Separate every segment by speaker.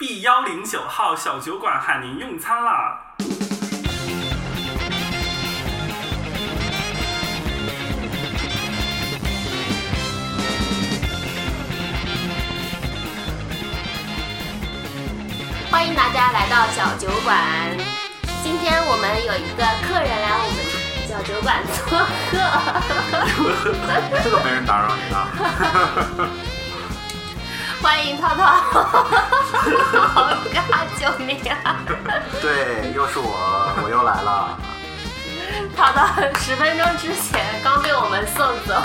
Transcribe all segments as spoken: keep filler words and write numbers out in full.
Speaker 1: B 一零九号小酒馆喊您用餐啦！
Speaker 2: 欢迎大家来到小酒馆。今天我们有一个客人来我们小酒馆做客。
Speaker 3: 这个没人打扰你啊。
Speaker 2: 欢迎涛涛。好尬，救命啊！
Speaker 3: 对，又是我，我又来了。
Speaker 2: 涛涛十分钟之前刚被我们送走，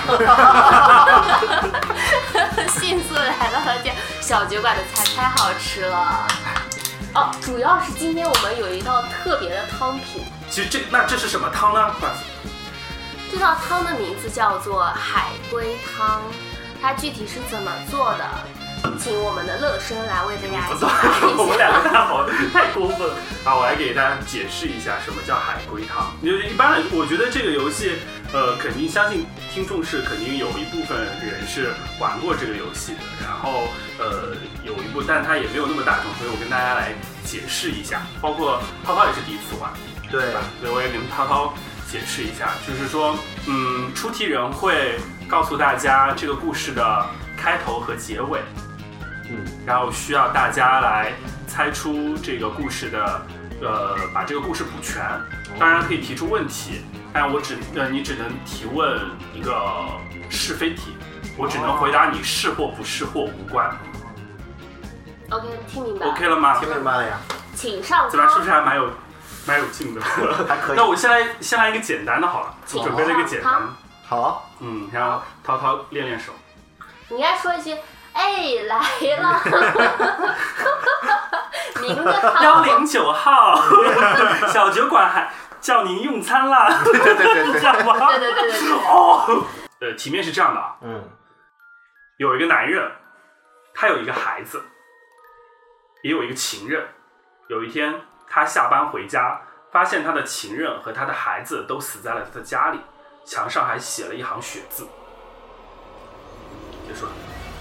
Speaker 2: 迅速来到了这小酒馆的菜，太好吃了。哦，主要是今天我们有一道特别的汤品。
Speaker 1: 其实这那这是什么汤呢？
Speaker 2: 这道汤的名字叫做海龟汤，它具体是怎么做的？请我们的乐生来为大家解答一下。
Speaker 1: 我们两个太好，太过分了啊！我来给大家解释一下什么叫海龟汤。一般来说，我觉得这个游戏，呃，肯定相信听众是肯定有一部分人是玩过这个游戏的，然后呃有一部，但它也没有那么大众，所以我跟大家来解释一下。包括涛涛也是第一次玩，
Speaker 3: 对
Speaker 1: 吧？所以我也跟涛涛解释一下，就是说，嗯，出题人会告诉大家这个故事的开头和结尾。嗯，然后需要大家来猜出这个故事的，呃，把这个故事补全。当然可以提出问题，但我只呃，你只能提问一个是非题，我只能回答你是或不是或无关。
Speaker 2: OK， 听明白了。
Speaker 1: OK 了吗？
Speaker 3: 听明白了呀。
Speaker 2: 请上汤。
Speaker 1: 这边是不是还蛮有蛮有劲的？
Speaker 3: 还可以。
Speaker 1: 那我先来先来一个简单的好了，我准备了一个简单。
Speaker 3: 好。
Speaker 1: 嗯，然后涛涛练练手。
Speaker 2: 你应该说一句。哎，来了！您的
Speaker 1: 幺零九号小酒馆还叫您用餐啦！
Speaker 3: 对对对对，
Speaker 1: 这样吗？
Speaker 2: 对对对对对。
Speaker 1: 哦，呃，题面是这样的啊，
Speaker 3: 嗯，
Speaker 1: 有一个男人，他有一个孩子，也有一个情人。有一天，他下班回家，发现他的情人和他的孩子都死在了他的家里，墙上还写了一行血字。结束了。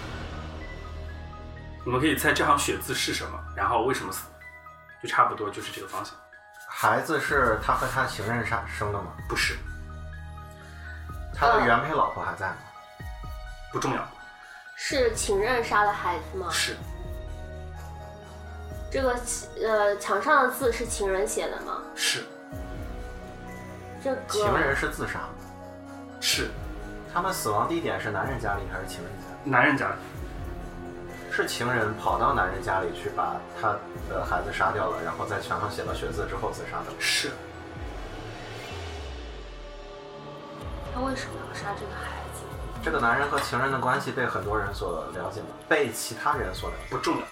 Speaker 1: 我们可以猜这行血字是什么，然后为什么死，就差不多就是这个方向。
Speaker 3: 孩子是他和他情人杀生的吗？
Speaker 1: 不是。
Speaker 3: 他的原配老婆还在吗？
Speaker 1: 不重要。
Speaker 2: 是情人杀了孩子吗？
Speaker 1: 是。
Speaker 2: 这个呃墙上的字是情人写的吗？
Speaker 1: 是。
Speaker 2: 这个
Speaker 3: 情人是自杀吗？
Speaker 1: 是。
Speaker 3: 他们死亡地点是男人家里还是情人家里？
Speaker 1: 男人家里。
Speaker 3: 是情人跑到男人家里去把他的孩子杀掉了，然后在墙上写了血字之后自杀的。
Speaker 1: 是。
Speaker 2: 他为什么要杀这个孩子？
Speaker 3: 这个男人和情人的关系被很多人所了解吗？被其他人所了解？
Speaker 1: 不重要。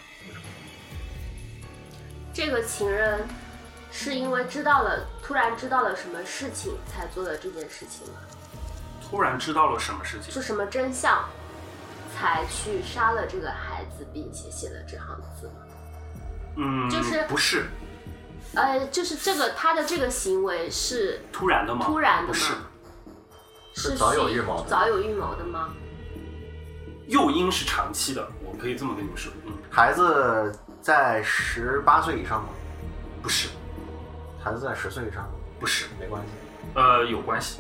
Speaker 2: 这个情人是因为知道了，突然知道了什么事情才做的这件事情吗？
Speaker 1: 突然知道了什么事情？
Speaker 2: 是什么真相？才去杀了这个孩子，并且写了这行字吗？
Speaker 1: 嗯，
Speaker 2: 就是
Speaker 1: 不是？
Speaker 2: 呃，就是这个他的这个行为是
Speaker 1: 突然的吗？
Speaker 2: 突然的吗？
Speaker 1: 不是，
Speaker 3: 是早有预谋的。
Speaker 2: 早有预谋的吗？
Speaker 1: 诱因是长期的，我可以这么跟你们说。嗯，
Speaker 3: 孩子在十八岁以上吗？
Speaker 1: 不是。
Speaker 3: 孩子在十岁以上？
Speaker 1: 不是，
Speaker 3: 没关系。
Speaker 1: 呃，有关系。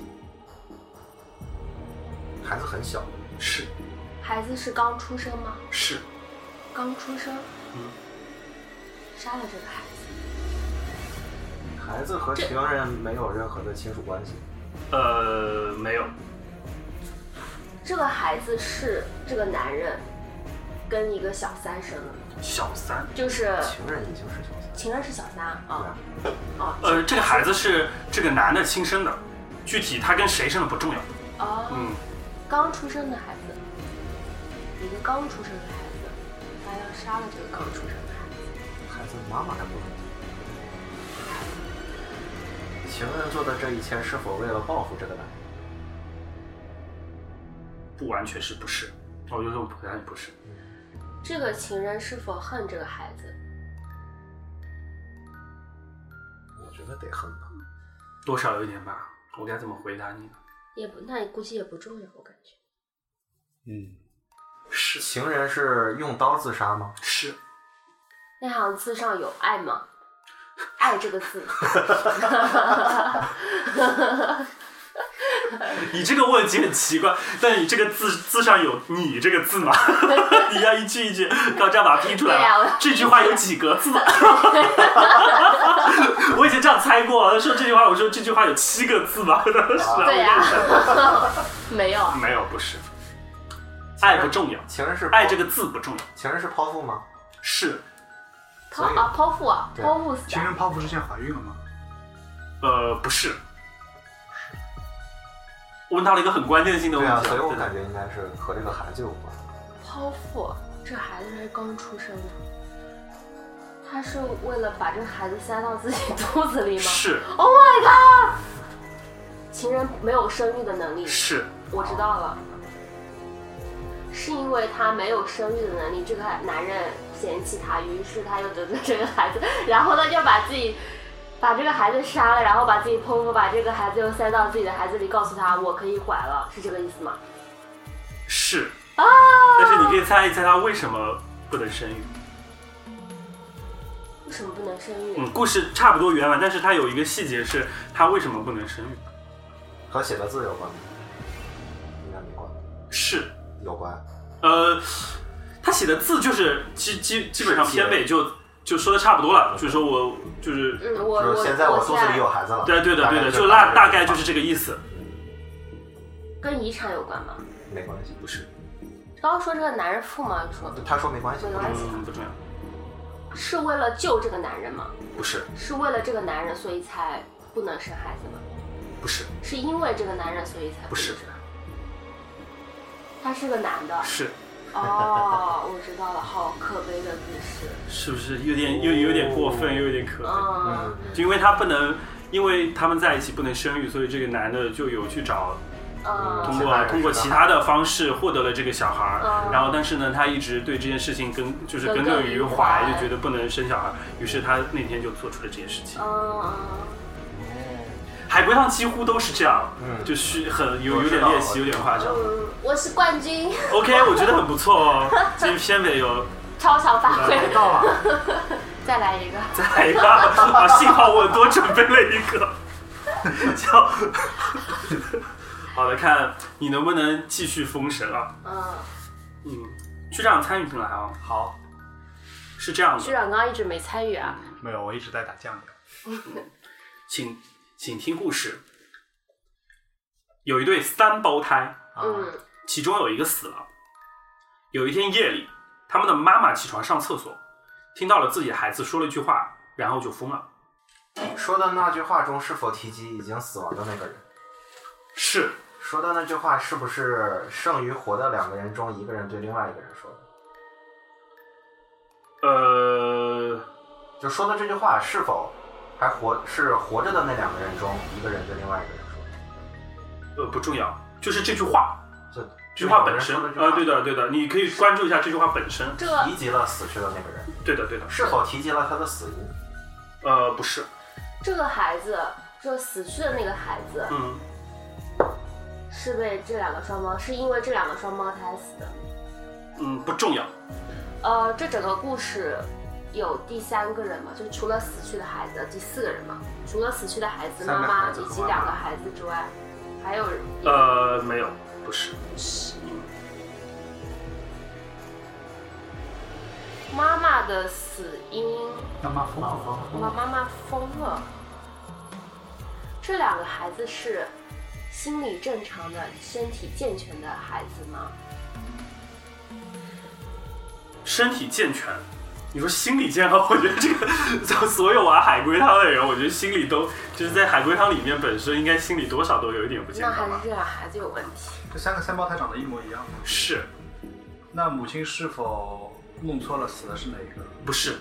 Speaker 3: 孩子很小。
Speaker 1: 是。
Speaker 2: 孩子是刚出生吗？
Speaker 1: 是。
Speaker 2: 刚出生。
Speaker 1: 嗯。
Speaker 2: 杀了这个孩
Speaker 3: 子。孩子和情人没有任何的亲属关系。
Speaker 1: 呃，没有。
Speaker 2: 这个孩子是这个男人跟一个小三生的。
Speaker 1: 小三。
Speaker 2: 就是
Speaker 3: 情人已经是小三。
Speaker 2: 情人是小三啊。
Speaker 3: 哦、
Speaker 2: 啊。
Speaker 1: 呃，这个孩子是这个男的亲生的，具体他跟谁生的不重要。
Speaker 2: 哦。
Speaker 1: 嗯。
Speaker 2: 刚出生的孩子。一个刚出生的孩子，他要杀了这个刚出生的孩子。
Speaker 3: 孩子的妈妈还不能。情人做的这一切是否为了报复这个男人？
Speaker 1: 不完全是，不是。我就说我回答你不是。
Speaker 2: 这个情人是否恨这个孩子？
Speaker 3: 我觉得得恨吧。
Speaker 1: 多少有一点吧。我该怎么回答你呢？
Speaker 2: 也不，那估计也不重要，我感觉。
Speaker 1: 嗯。是。
Speaker 3: 情人是用刀自杀吗？
Speaker 1: 是。
Speaker 2: 那行字上有爱吗？爱这个字。
Speaker 1: 你这个问题很奇怪，但你这个字字上有你这个字吗？你要一句一句要这样把它拼出来吗？
Speaker 2: 啊、
Speaker 1: 这句话有几个字？我以前这样猜过，说这句话，我说这句话有七个字吗？
Speaker 2: 对呀、啊，没有，
Speaker 1: 没有，不是。爱不重要，
Speaker 3: 情人是
Speaker 1: 爱这个字不重要。
Speaker 3: 情人是剖腹吗？
Speaker 1: 是。
Speaker 2: 剖啊剖腹啊剖腹死。
Speaker 4: 情人剖腹之前怀孕了吗？
Speaker 1: 呃，不是。问到了一个很关键性的问题，
Speaker 3: 对啊，所以我感觉应该是和这个孩子有关。
Speaker 2: 剖腹，这孩子是刚出生的，他是为了把这个孩子塞到自己肚子里吗？
Speaker 1: 是。
Speaker 2: Oh my god！ 情人没有生育的能力。
Speaker 1: 是。
Speaker 2: 我知道了，是因为他没有生育的能力，这个男人嫌弃他，于是他又得罪这个孩子，然后他就把自己。把这个孩子杀了，然后把自己剖腹，把这个孩子又塞到自己的孩子里，告诉他我可以怀了，是这个意思吗？
Speaker 1: 是
Speaker 2: 啊，
Speaker 1: 但是你可以猜一猜他为什么不能生育？
Speaker 2: 为什么不能生育？
Speaker 1: 嗯，故事差不多圆完，但是他有一个细节是他为什么不能生育？
Speaker 3: 和写的字有关吗？应该没关。
Speaker 1: 是
Speaker 3: 有关。
Speaker 1: 呃，他写的字就是基基基本上片尾就。就说的差不多了，就是说我就是，
Speaker 2: 嗯，我我
Speaker 3: 现在我肚子里有孩子了，
Speaker 1: 对对的对的，就大大概就是这个意思。
Speaker 2: 跟遗产有关吗？
Speaker 3: 没关系，
Speaker 1: 不是。
Speaker 2: 刚刚说这个男人富吗？说
Speaker 3: 他说没关系，
Speaker 2: 没关系，
Speaker 1: 嗯，不重要。
Speaker 2: 是为了救这个男人吗？
Speaker 1: 不是。
Speaker 2: 是为了这个男人所以才不能生孩子吗？
Speaker 1: 不是。
Speaker 2: 是因为这个男人所以才
Speaker 1: 不是。
Speaker 2: 他是个男的。
Speaker 1: 是。
Speaker 2: 哦，我知道了，好可悲的故事，
Speaker 1: 是不是有点又有点过分，又有点可悲？
Speaker 2: 嗯，
Speaker 1: 就因为他不能，因为他们在一起不能生育，所以这个男的就有去找，
Speaker 2: 嗯，
Speaker 1: 通过通过其他的方式获得了这个小孩，
Speaker 2: 嗯，
Speaker 1: 然后但是呢，他一直对这件事情跟就是耿耿于怀，就觉得不能生小孩，于是他那天就做出了这件事情。
Speaker 2: 嗯。
Speaker 1: 海龟汤几乎都是这样，
Speaker 3: 嗯，
Speaker 1: 就是很有有点猎奇，有点夸张。
Speaker 2: 嗯，我是冠军。
Speaker 1: OK， 我觉得很不错哦。今天片尾有
Speaker 2: 超常发挥
Speaker 3: 到了，
Speaker 2: 再来一个，
Speaker 1: 再来一个啊！幸好我多准备了一个，叫好的，看你能不能继续封神啊？
Speaker 2: 嗯
Speaker 1: 嗯，区长参与进来啊。
Speaker 4: 好，
Speaker 1: 是这样的。
Speaker 2: 区长刚刚一直没参与啊？
Speaker 4: 没有，我一直在打酱油。
Speaker 1: 请。请听故事。有一对三胞胎，
Speaker 2: 嗯，
Speaker 1: 其中有一个死了。有一天夜里，他们的妈妈起床上厕所，听到了自己的孩子说了一句话，然后就疯了。
Speaker 3: 说的那句话中是否提及已经死亡的那个人？
Speaker 1: 是。
Speaker 3: 说的那句话是不是剩余活的两个人中一个人对另外一个人说
Speaker 1: 的？呃，
Speaker 3: 就说的这句话是否还活是活着的那两个人中一个人对另外一个人说的？
Speaker 1: 呃，不重要，就是这句话，
Speaker 3: 这
Speaker 1: 句话本身。呃，对的，对的，你可以关注一下这句话本身。
Speaker 2: 这个
Speaker 3: 提及了死去的那个人。
Speaker 1: 对的，对的。
Speaker 3: 是否提及了他的死因？
Speaker 1: 呃，不是。
Speaker 2: 这个孩子，这死去的那个孩子，
Speaker 1: 嗯，
Speaker 2: 是被这两个双胞，是因为这两个双胞胎死的。
Speaker 1: 嗯，不重要。
Speaker 2: 呃，这整个故事。有第三个人吗？就除了死去的孩子，第四个人吗？除了死去的孩子妈妈以及两个孩子之外，还有
Speaker 1: 呃没有，不是。
Speaker 2: 妈妈的死因，
Speaker 4: 妈妈疯了，
Speaker 2: 妈妈妈疯了。这两个孩子是心理正常的、身体健全的孩子吗？
Speaker 1: 身体健全。你说心理健康，我觉得这个就所有玩海龟汤的人，我觉得心里都就是在海龟汤里面本身应该心里多少都有一点不健康吧。
Speaker 2: 那还是这俩孩子有问题。
Speaker 4: 这三个三胞胎长得一模一样吗？
Speaker 1: 是。
Speaker 4: 那母亲是否弄错了死的是哪一个？
Speaker 1: 不是。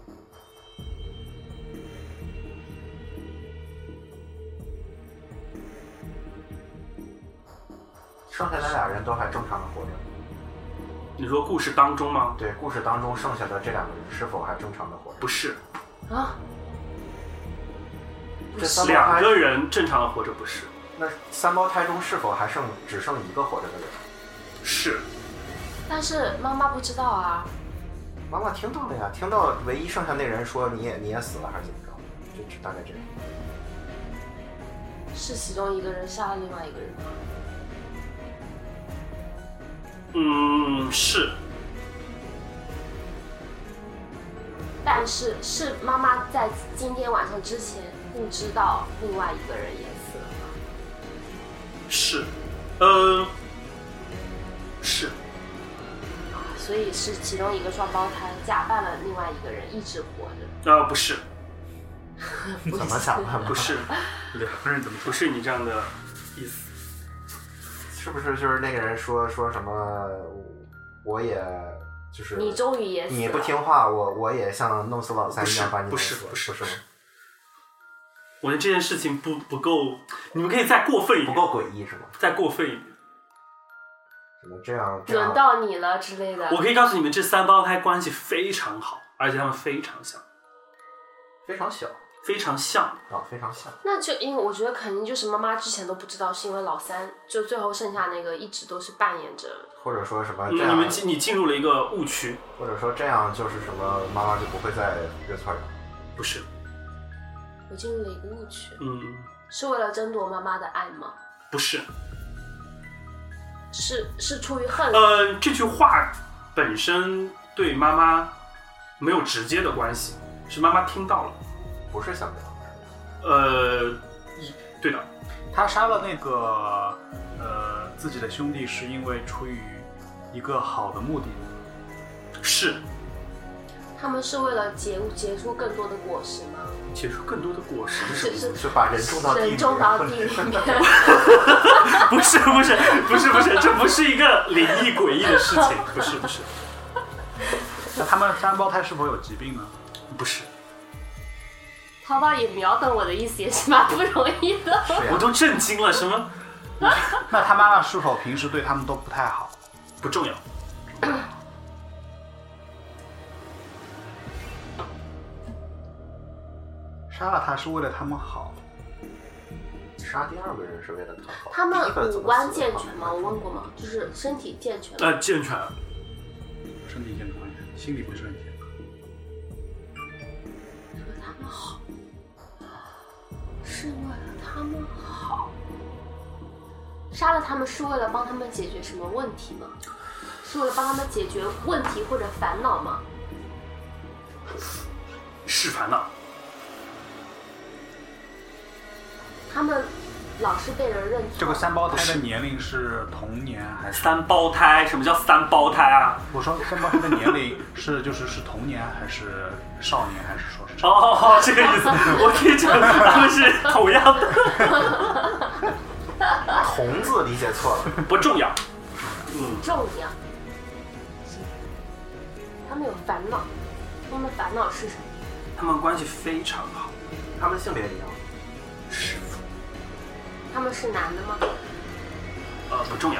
Speaker 3: 剩下的俩人都还正常的活着。
Speaker 1: 你说故事当中吗？
Speaker 3: 对，故事当中剩下的这两个人是否还正常的活着？
Speaker 1: 不是。
Speaker 2: 啊？
Speaker 3: 这
Speaker 1: 两个人正常的活着不是。
Speaker 3: 那三胞胎中是否还剩只剩一个活着的人？
Speaker 1: 是。
Speaker 2: 但是妈妈不知道啊。
Speaker 3: 妈妈听到了呀，听到唯一剩下那人说你也你也死了还是怎么着，就大概这样。
Speaker 2: 是其中一个人杀了另外一个人吗？
Speaker 1: 嗯，是。
Speaker 2: 但是是妈妈在今天晚上之前不知道另外一个人也死了吗？
Speaker 1: 是，呃，是。
Speaker 2: 所以是其中一个双胞胎假扮了另外一个人一直活着。
Speaker 1: 呃，不是。
Speaker 3: 怎么假扮？
Speaker 1: 不是，
Speaker 4: 两个人怎么
Speaker 1: 不是你这样的意思？
Speaker 3: 是不是就是那个人说说什么？我也就是
Speaker 2: 你终于也死了，
Speaker 3: 你不听话，我我也像弄死老三一样把你弄死。
Speaker 1: 不是不是
Speaker 3: 不是吗？
Speaker 1: 我觉得这件事情不不够，你们可以再过分一点，
Speaker 3: 不够诡异是吗？
Speaker 1: 再过分一点。
Speaker 3: 怎么这样？这样
Speaker 2: 轮到你了之类的。
Speaker 1: 我可以告诉你们，这三胞胎关系非常好，而且他们非常像，
Speaker 3: 非常小，
Speaker 1: 非常像
Speaker 3: 啊，非常像。
Speaker 2: 那就因为我觉得肯定就是妈妈之前都不知道，是因为老三就最后剩下那个一直都是扮演着，
Speaker 3: 或者说什么？
Speaker 1: 嗯、你们你进入了一个误区，
Speaker 3: 或者说这样就是什么？妈妈就不会再认错人？
Speaker 1: 不是，
Speaker 2: 我进入了一个误区。
Speaker 1: 嗯，
Speaker 2: 是为了争夺妈妈的爱吗？
Speaker 1: 不是。
Speaker 2: 是是出于恨。
Speaker 1: 呃，这句话本身对妈妈没有直接的关系，是妈妈听到了，
Speaker 3: 不是想
Speaker 1: 的。呃，对的。
Speaker 4: 他杀了那个呃自己的兄弟，是因为出于一个好的目的。
Speaker 1: 是。
Speaker 2: 他们是为了结结出更多的果实吗？
Speaker 1: 结出更多的果实
Speaker 2: 是是
Speaker 3: 是把人种到地里面，
Speaker 2: 人种到地里面。
Speaker 1: 不是不是不是不是，这不是一个灵异诡异的事情，不是不是。
Speaker 4: 那他们三胞胎是否有疾病呢？
Speaker 1: 不是。
Speaker 2: 涛涛也秒懂我的意思，也是蛮不容易的。
Speaker 1: 我都震惊了，什么？
Speaker 4: 那他妈妈是否平时对他们都不太好？
Speaker 1: 不重要。
Speaker 4: 杀了他是为了他们好，
Speaker 3: 杀第二个人是为了他好。
Speaker 2: 他们五官健全吗？我问过吗？就是身体健全。
Speaker 1: 呃，健全。
Speaker 4: 身体健康，心理不是很健康。
Speaker 2: 是为了他们好，是为了他们好。杀了他们是为了帮他们解决什么问题吗？是为了帮他们解决问题或者烦恼吗？
Speaker 1: 是烦恼。
Speaker 2: 他们老是被人认错。
Speaker 4: 这个三胞胎的年龄是童年还是？
Speaker 1: 三胞胎？什么叫三胞胎啊？
Speaker 4: 我说三胞胎的年龄是就是是童年还是少年还是说是？
Speaker 1: 哦哦哦，这个意思，我可以讲他们是同样的。
Speaker 3: 童字理解错了，
Speaker 1: 不重要。嗯，
Speaker 2: 重要。他们有烦恼，他们的烦恼是什么？
Speaker 1: 他们关系非常好，
Speaker 3: 他们性别一样。
Speaker 1: 是。
Speaker 2: 他们是男的吗？
Speaker 1: 呃，不重要。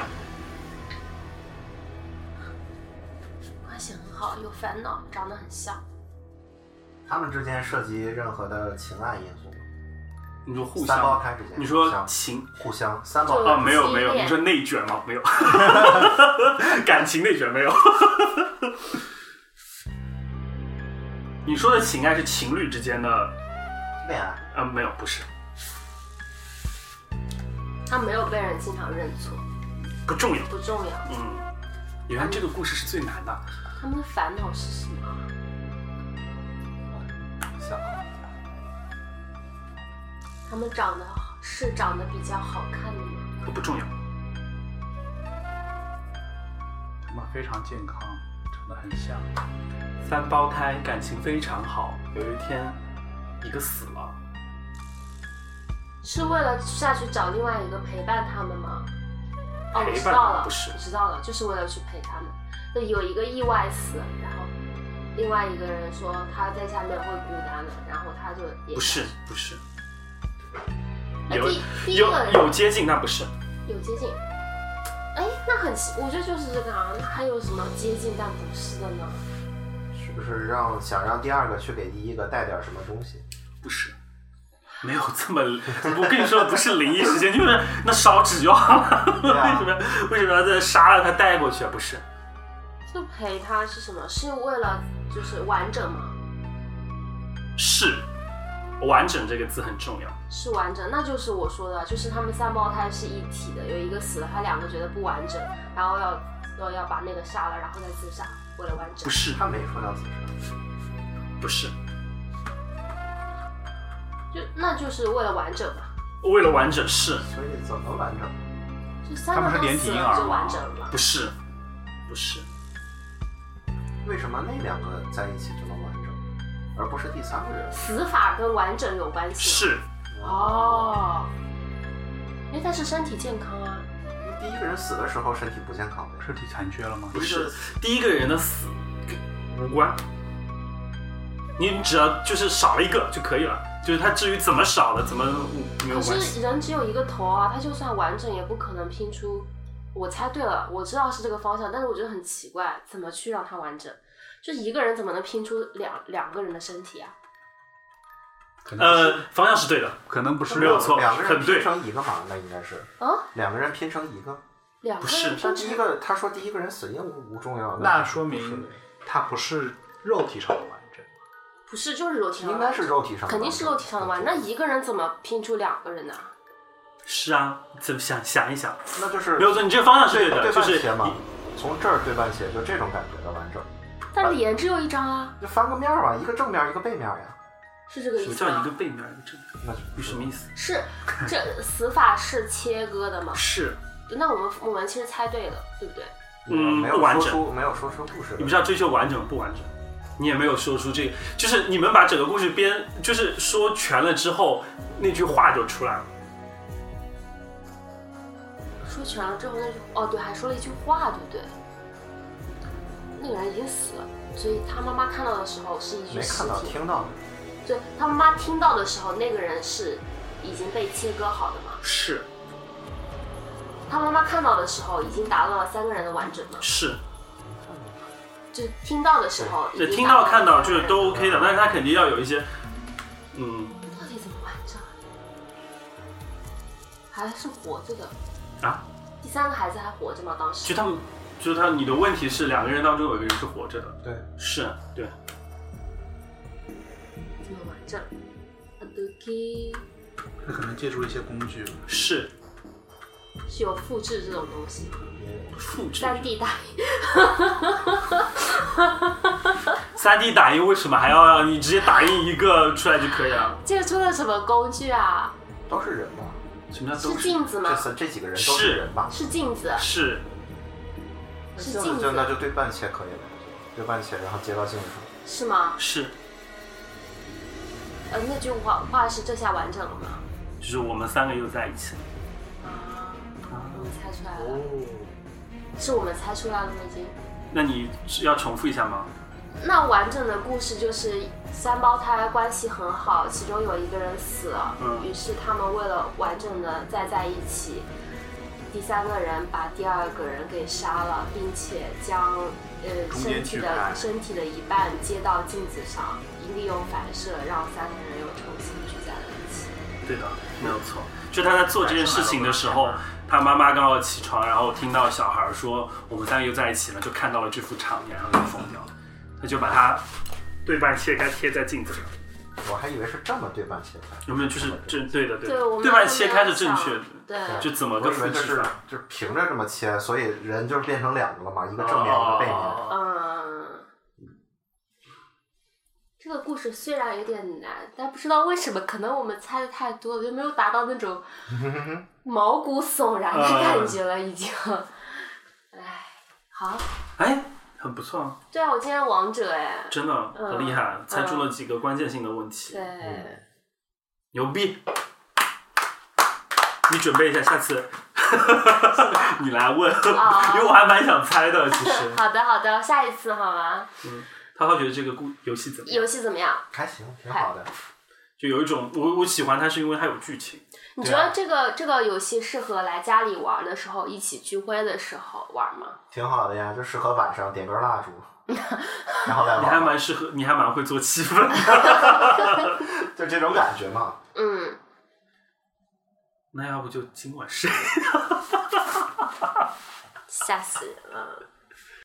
Speaker 2: 关系很好，有烦恼，长得很像。
Speaker 3: 他们之间涉及任何的情爱因素吗？
Speaker 1: 你说互相？
Speaker 3: 三胞胎之间？
Speaker 1: 你说情？
Speaker 3: 互相？三胞胎？
Speaker 1: 啊，没有没有。你说内卷吗？没有。感情内卷没有。你说的情爱是情侣之间的
Speaker 3: 恋爱？
Speaker 1: 呃，没有，不是。
Speaker 2: 他没有被人经常认错，
Speaker 1: 不重要，
Speaker 2: 不重要。
Speaker 1: 嗯，原来这个故事是最难的。
Speaker 2: 他们的烦恼是什么？
Speaker 3: 想，
Speaker 2: 他们长得是长得比较好看的吗？
Speaker 1: 不重要。
Speaker 4: 他们非常健康，长得很像。
Speaker 1: 三胞胎感情非常好，有一天，一个死了。
Speaker 2: 是为了下去找另外一个陪伴他们吗？哦，我
Speaker 1: 陪伴
Speaker 2: 知道了，
Speaker 1: 不是，
Speaker 2: 我知道了，就是为了去陪他们。那有一个意外死，然后另外一个人说他在下面会孤单的，然后他就也
Speaker 1: 不是不是，
Speaker 2: 有第第一
Speaker 1: 有
Speaker 2: 个人
Speaker 1: 有接近，但不是
Speaker 2: 有接近。哎，那很奇，我觉得就是这个啊，还有什么接近但不是的呢？
Speaker 3: 是不是让想让第二个去给第一个带点什么东西？
Speaker 1: 不是。没有这么，我跟你说不是灵异事件，就是那烧纸就好了。为什么为什么要再杀了他带过去啊？不是，
Speaker 2: 就陪他是什么？是为了就是完整吗？
Speaker 1: 是，完整这个字很重要。
Speaker 2: 是完整，那就是我说的，就是他们三胞胎是一体的，有一个死了，他两个觉得不完整，然后要要要把那个杀了，然后再自杀，为了完整。
Speaker 1: 不是，
Speaker 3: 他没说要自杀。
Speaker 1: 不是，
Speaker 2: 就那就是为了完整嘛。
Speaker 1: 为了完整是。
Speaker 3: 所以怎么完整？
Speaker 2: 就三个都死了就完整了。
Speaker 1: 不是，不是。
Speaker 3: 为什么那两个在一起就能完整，而不是第三个人？
Speaker 2: 死法跟完整有关系。
Speaker 1: 是。
Speaker 2: 哦。因为他是身体健康啊。
Speaker 3: 第一个人死的时候身体不健康的，
Speaker 4: 身体残缺了吗？
Speaker 1: 不是，第一个人的死无关。你只要就是少了一个就可以了，就是他至于怎么少的，怎么没有关系。
Speaker 2: 可是人只有一个头啊，他就算完整也不可能拼出。我猜对了，我知道是这个方向，但是我觉得很奇怪，怎么去让它完整？就是一个人怎么能拼出两两个人的身体啊？
Speaker 1: 呃，方向是对的，
Speaker 4: 可能不是
Speaker 1: 没有错，
Speaker 3: 两个人
Speaker 1: 很对
Speaker 3: 拼成一个嘛，那应该是
Speaker 2: 啊，
Speaker 3: 两个人拼成一个，
Speaker 2: 两个人拼成
Speaker 3: 第一个他说第一个人死因无无重要，
Speaker 4: 那说明他不是肉体上的完整。
Speaker 2: 不是，就是肉体上的
Speaker 3: 应该是肉体上的，
Speaker 2: 肯定是肉体上的完整。那一个人怎么拼出两个人呢？
Speaker 1: 是啊，怎么想想一想，
Speaker 3: 那就是
Speaker 1: 没有错，你这个方向是对的，
Speaker 3: 对
Speaker 1: 就是
Speaker 3: 切嘛，从这儿对半切，就这种感觉的完整。
Speaker 2: 但脸只有一张啊，
Speaker 3: 就翻个面嘛，一个正面一个背面呀。
Speaker 2: 是这个意思吗？
Speaker 1: 什么叫一个背面一个正面？
Speaker 3: 那
Speaker 1: 你什么意思？
Speaker 2: 是这死法是切割的吗？
Speaker 1: 是。
Speaker 2: 那我们我们其实猜对了，对不对？
Speaker 1: 嗯，
Speaker 3: 没有
Speaker 1: 不完整，
Speaker 3: 说出没有说出故事。
Speaker 1: 你不是要追求完整不完整？你也没有说出这个，就是你们把整个故事编，就是说全了之后，那句话就出来了。
Speaker 2: 说全了之后，那句哦对，还说了一句话，对不对？那个人已经死了，所以他妈妈看到的时候是一具尸体。
Speaker 3: 没看到，听到的。
Speaker 2: 对，他妈妈听到的时候，那个人是已经被切割好的吗？
Speaker 1: 是。
Speaker 2: 他妈妈看到的时候，已经达到了三个人的完整吗？
Speaker 1: 是。
Speaker 2: 就听到的时候，
Speaker 1: 对，听到看到就是都 OK 的，但是他肯定要有一些，嗯。
Speaker 2: 到底怎么完整？还是活着的
Speaker 1: 啊？
Speaker 2: 第三个孩子还活着吗？当时？
Speaker 1: 就他们，就是他，你的问题是两个人当中有一个人是活着的。
Speaker 3: 对，
Speaker 1: 是，对。
Speaker 2: 怎么完整？OK。
Speaker 4: 他可能借助一些工具。
Speaker 1: 是。
Speaker 2: 是有复制这种东西吗？
Speaker 1: 复制。
Speaker 2: 三 D 打印。
Speaker 1: 三 D 打印为什么还要让你直接打印一个出来就可以了？
Speaker 2: 这个出的什么工具啊？
Speaker 3: 都是人吧？
Speaker 1: 什么叫都
Speaker 2: 是？是镜子吗？
Speaker 3: 这这几个人都是人吧？
Speaker 2: 是镜子。
Speaker 1: 是。
Speaker 2: 是镜子。
Speaker 3: 就那就对半切可以了，对半切，然后接到镜子上。
Speaker 2: 是吗？
Speaker 1: 是。
Speaker 2: 呃，那句话话是这下完整了吗？
Speaker 1: 就是我们三个又在一起了。
Speaker 2: 我们猜出来了，哦、是我们猜出来了吗？已经。
Speaker 1: 那你要重复一下吗？
Speaker 2: 那完整的故事就是三胞胎关系很好，其中有一个人死了，嗯、于是他们为了完整的再在一起，第三个人把第二个人给杀了，并且将呃身体的身体的一半接到镜子上，利用反射让三个人又重新聚在了一起。
Speaker 1: 对的，没有错。就他在做这件事情的时候。他妈妈刚好起床，然后听到小孩说我们三个又在一起了，就看到了这幅场面，然后就疯掉了。他就把它对半切开贴在镜子上。
Speaker 3: 我还以为是这么对半切开。
Speaker 1: 有没有就是正对的对的？
Speaker 2: 对，
Speaker 1: 对半切开是正确的。
Speaker 2: 对。
Speaker 1: 就怎么个复制法？
Speaker 3: 就是平着这么切，所以人就变成两个了嘛，一个正面一个背面。
Speaker 2: 嗯。这个故事虽然有点难，但不知道为什么，可能我们猜的太多了，就没有达到那种毛骨悚然的感觉了，已经。哎，好。
Speaker 1: 哎，很不错啊。
Speaker 2: 对啊，我今天王者哎。真的
Speaker 1: 很厉害，嗯、猜出了几个关键性的问题。
Speaker 2: 对、
Speaker 1: 嗯。牛逼！你准备一下，下次你来问，哦、因为我还蛮想猜的，其实。
Speaker 2: 好的，好的，下一次好吗？
Speaker 1: 嗯。涛涛觉得这个故游戏怎么样？
Speaker 2: 游戏怎么样？
Speaker 3: 还行，挺好的。
Speaker 1: 就有一种我我喜欢它，是因为它有剧情。
Speaker 2: 你觉得这个、啊、这个游戏适合来家里玩的时候，一起聚会的时候玩吗？
Speaker 3: 挺好的呀，就适合晚上点根蜡烛，然后再玩。
Speaker 1: 你还蛮适合，你还蛮会做气氛的，
Speaker 3: 就这种感觉嘛。
Speaker 2: 嗯。
Speaker 1: 那要不就今晚睡？
Speaker 2: 吓死人了。